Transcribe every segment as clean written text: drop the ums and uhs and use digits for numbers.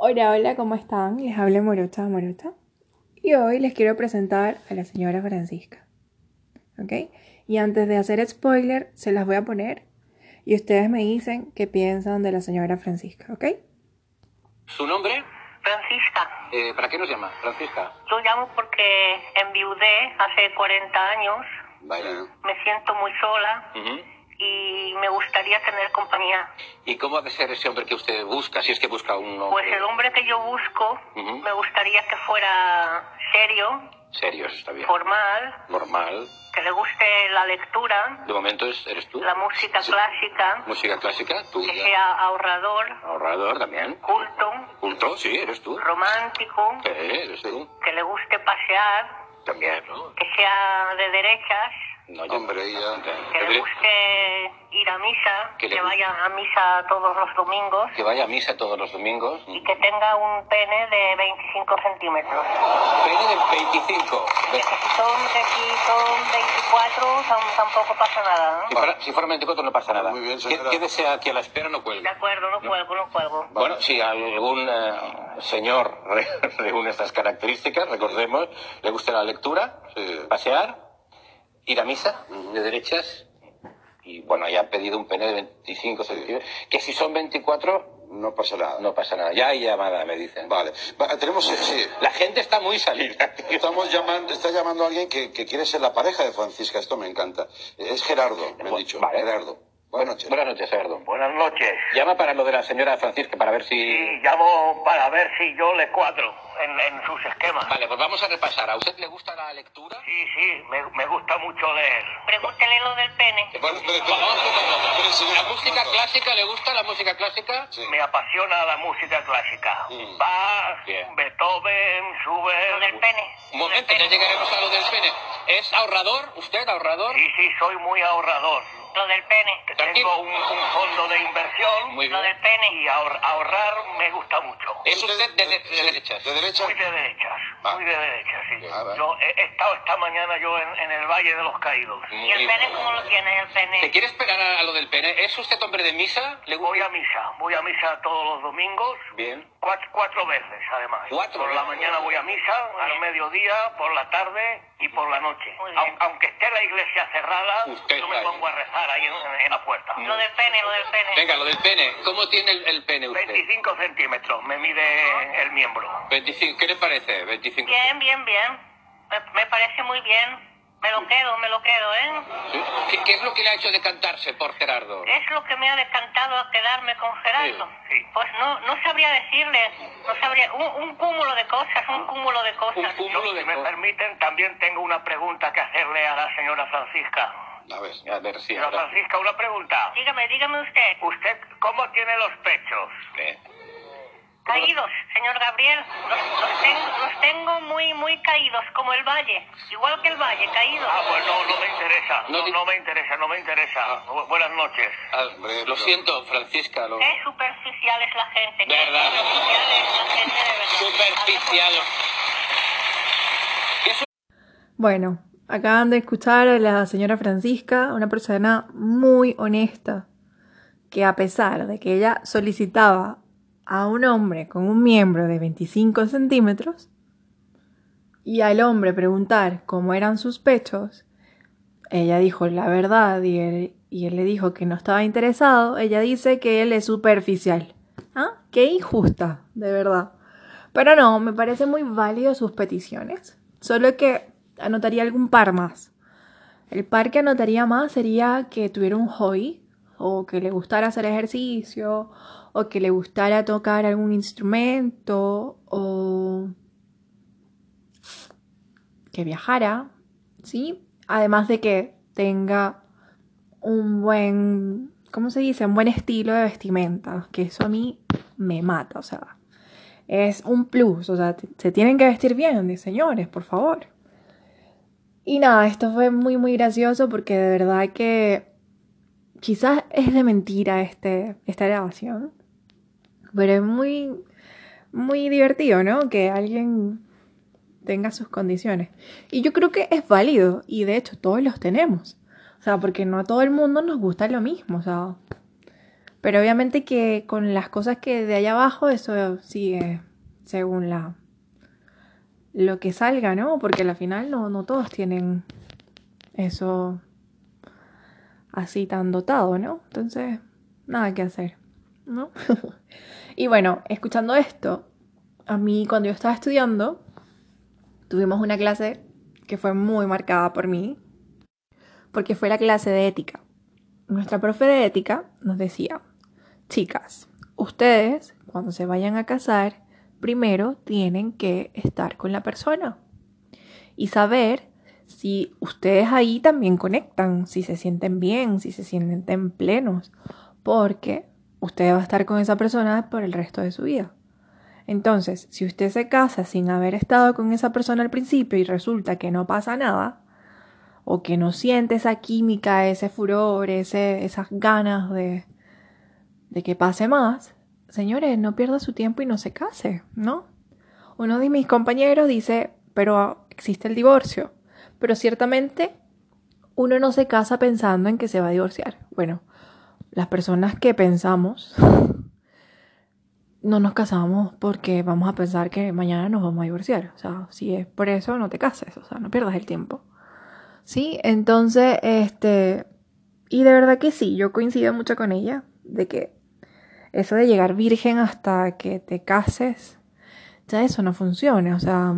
Hola, hola, ¿cómo están? Les habla Morocha. Y hoy les quiero presentar a la señora Francisca. ¿Ok? Y antes de hacer spoiler, se las voy a poner y ustedes me dicen qué piensan de la señora Francisca. ¿Ok? ¿Su nombre? Francisca. ¿Para qué nos llama, Francisca? Yo llamo porque enviudé hace 40 años. Vaya. Me siento muy sola y me gustaría tener compañía. ¿Y cómo ha de ser ese hombre que usted busca, si es que busca un hombre? Pues el hombre que yo busco, me gustaría que fuera serio, Serio, eso está bien. formal, Normal. que le guste la lectura, De momento eres tú. la música clásica, Música clásica, tú. que sea ahorrador, Ahorrador también. culto, Culto, sí, eres tú. romántico, Sí, eres tú. que le guste pasear, También, ¿no? que sea de derechas, No, yo Hombre, ya. que le guste ir a misa, Que le que guste. vaya a misa todos los domingos Que vaya a misa todos los domingos. y que tenga un pene de 25 centímetros. Pene de 25. Que si son 24 tampoco pasa nada, ¿no? Si fuera 24 no pasa nada. Muy bien, señora. ¿Qué desea que a la espera no De cuelgue? acuerdo, no cuelgo. Bueno, si algún señor reúne estas características, recordemos, le gusta la lectura, Sí. pasear, ir a misa de derechas, y bueno, ya ha pedido un pene de 25 centímetros, que si son 24 No pasa nada. no pasa nada. Ya hay llamada, me dicen. Vale. Tenemos, sí. La gente está muy salida. Está llamando a alguien que quiere ser la pareja de Francisca. Esto me encanta. Es Gerardo, me han dicho. Vale. Gerardo. Buenas noches. Buenas noches, Gerardo. Buenas noches. Llama para lo de la señora Francisca, para ver si... Sí, llamo para ver si yo le cuadro en sus esquemas. Vale, pues vamos a repasar. ¿A usted le gusta la lectura? Sí, me gusta mucho leer. Pregúntele lo del pene. Bueno, ¿La música clásica le gusta la música clásica? Sí. Me apasiona la música clásica. Bach, Bien. Beethoven, Lo Schubert. del pene. Un momento, ya llegaremos a lo del pene. ¿Es ahorrador? ¿Usted ahorrador? Sí, soy muy ahorrador. Lo del pene. Tengo un fondo de inversión Muy Lo bien. del pene. y ahorrar me gusta mucho. ¿Es usted de derechas? ¿De derecha? Muy de derechas, Ah. muy de derechas, sí. Ah, vale. Yo he estado esta mañana yo en el Valle de los Caídos. ¿Y el pene cómo lo tiene, el ¿Se pene? quiere esperar a lo del pene? ¿Es usted hombre de misa? ¿Le Voy a misa todos los domingos. Bien. Cuatro veces, además. ¿Cuatro Por la veces? mañana voy a misa, Muy al bien. mediodía, por la tarde y por la noche. Muy bien. Aunque esté la iglesia cerrada, Usted yo me está ahí. pongo a rezar ahí en la puerta. Lo del pene. Venga, lo del pene. ¿Cómo tiene el pene usted? 25 centímetros me mide el miembro. 25. ¿Qué le parece? 25. Bien. Me parece muy bien. Me lo quedo, ¿eh? ¿Sí? ¿Qué es lo que le ha hecho decantarse por Gerardo? Es lo que me ha decantado a quedarme con Gerardo. Sí. Pues no sabría decirle, un cúmulo de cosas. Un cúmulo de Si me cosas. permiten, también tengo una pregunta que hacerle a la señora Francisca. A ver. Sí, Señora ahora. Francisca, una pregunta. Dígame usted. ¿Usted cómo tiene los pechos? Caídos, señor Gabriel. Los tengo muy caídos, como el valle. Igual que el valle, caídos. Pues no me interesa. No me interesa. Buenas noches. Hombre, Lo siento, Francisca. Qué superficial es la gente. Qué ¿Verdad? superficial es la gente, de verdad. Superficial. Bueno, acaban de escuchar a la señora Francisca, una persona muy honesta, que a pesar de que ella solicitaba a un hombre con un miembro de 25 centímetros y al hombre preguntar cómo eran sus pechos, ella dijo la verdad y él le dijo que no estaba interesado. Ella dice que él es superficial. ¿Ah? Qué injusta, de verdad. Pero no, me parece muy válido sus peticiones. Solo que anotaría algún par más. El par que anotaría más sería que tuviera un hobby, o que le gustara hacer ejercicio, o que le gustara tocar algún instrumento, o que viajara, ¿sí? Además de que tenga un buen, ¿cómo se dice? Un buen estilo de vestimenta, que eso a mí me mata, o sea, es un plus, o sea, se tienen que vestir bien, de señores, por favor. Y nada, esto fue muy gracioso porque de verdad que quizás es de mentira esta grabación, pero es muy divertido, ¿no? Que alguien tenga sus condiciones. Y yo creo que es válido, y de hecho todos los tenemos. O sea, porque no a todo el mundo nos gusta lo mismo, o sea, Pero obviamente que con las cosas que de allá abajo, eso sigue según lo que salga, ¿no? Porque al final no todos tienen eso así tan dotado, ¿no? Entonces, nada que hacer, ¿no? Y bueno, escuchando esto, a mí cuando yo estaba estudiando, tuvimos una clase que fue muy marcada por mí, porque fue la clase de ética. Nuestra profe de ética nos decía: chicas, ustedes cuando se vayan a casar, primero tienen que estar con la persona y saber si ustedes ahí también conectan, si se sienten bien, si se sienten plenos, porque usted va a estar con esa persona por el resto de su vida. Entonces, si usted se casa sin haber estado con esa persona al principio y resulta que no pasa nada, o que no siente esa química, ese furor, esas ganas de que pase más, señores, no pierda su tiempo y no se case, ¿no? Uno de mis compañeros dice, pero existe el divorcio. Pero ciertamente uno no se casa pensando en que se va a divorciar. Bueno, las personas que pensamos no nos casamos porque vamos a pensar que mañana nos vamos a divorciar. O sea, si es por eso, no te cases. O sea, no pierdas el tiempo. ¿Sí? Entonces, y de verdad que sí, yo coincido mucho con ella, de que eso de llegar virgen hasta que te cases, ya eso no funciona. O sea,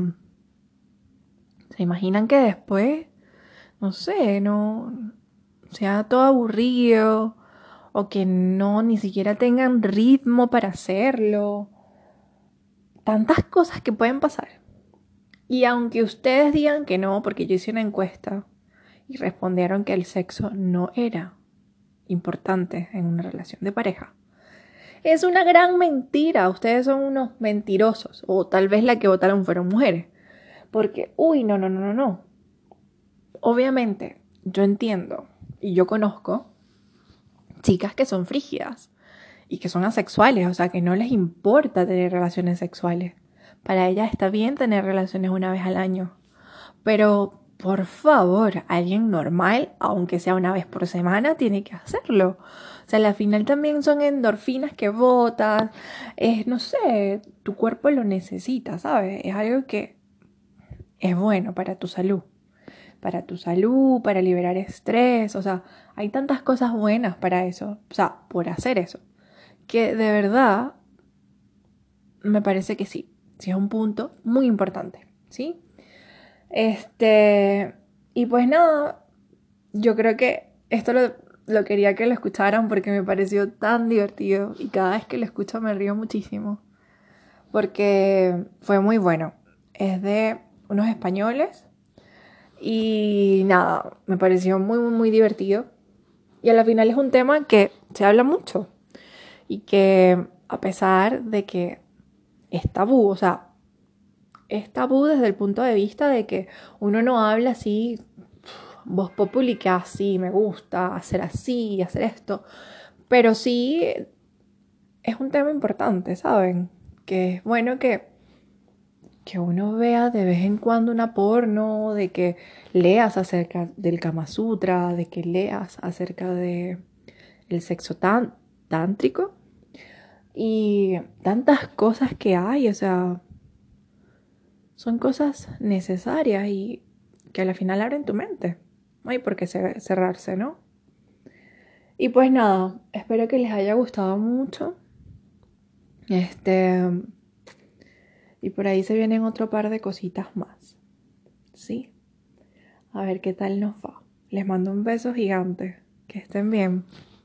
¿se imaginan que después, no sé, no sea todo aburrido o que no ni siquiera tengan ritmo para hacerlo? Tantas cosas que pueden pasar. Y aunque ustedes digan que no, porque yo hice una encuesta y respondieron que el sexo no era importante en una relación de pareja, es una gran mentira. Ustedes son unos mentirosos, o tal vez la que votaron fueron mujeres. Porque, no. Obviamente, yo entiendo y yo conozco chicas que son frígidas y que son asexuales, o sea, que no les importa tener relaciones sexuales. Para ellas está bien tener relaciones una vez al año. Pero, por favor, alguien normal, aunque sea una vez por semana, tiene que hacerlo. O sea, al final también son endorfinas que botas. No sé, tu cuerpo lo necesita, ¿sabes? Es algo que es bueno para tu salud. Para tu salud, para liberar estrés. O sea, hay tantas cosas buenas para eso. O sea, por hacer eso. Que de verdad, me parece que sí. Sí es un punto muy importante, ¿sí? Y pues nada, yo creo que esto lo quería que lo escucharan porque me pareció tan divertido y cada vez que lo escucho me río muchísimo porque fue muy bueno. Es de unos españoles y nada, me pareció muy divertido y a la final es un tema que se habla mucho y que a pesar de que es tabú, o sea, es tabú desde el punto de vista de que uno no habla así, voz populi, que así me gusta, hacer así, hacer esto. Pero sí es un tema importante, ¿saben? Que es bueno que uno vea de vez en cuando una porno, de que leas acerca del Kama Sutra, de que leas acerca de el sexo tántrico y tantas cosas que hay, o sea, son cosas necesarias y que al final abren tu mente. No hay por qué cerrarse, ¿no? Y pues nada, espero que les haya gustado mucho. Y por ahí se vienen otro par de cositas más. ¿Sí? A ver qué tal nos va. Les mando un beso gigante. Que estén bien.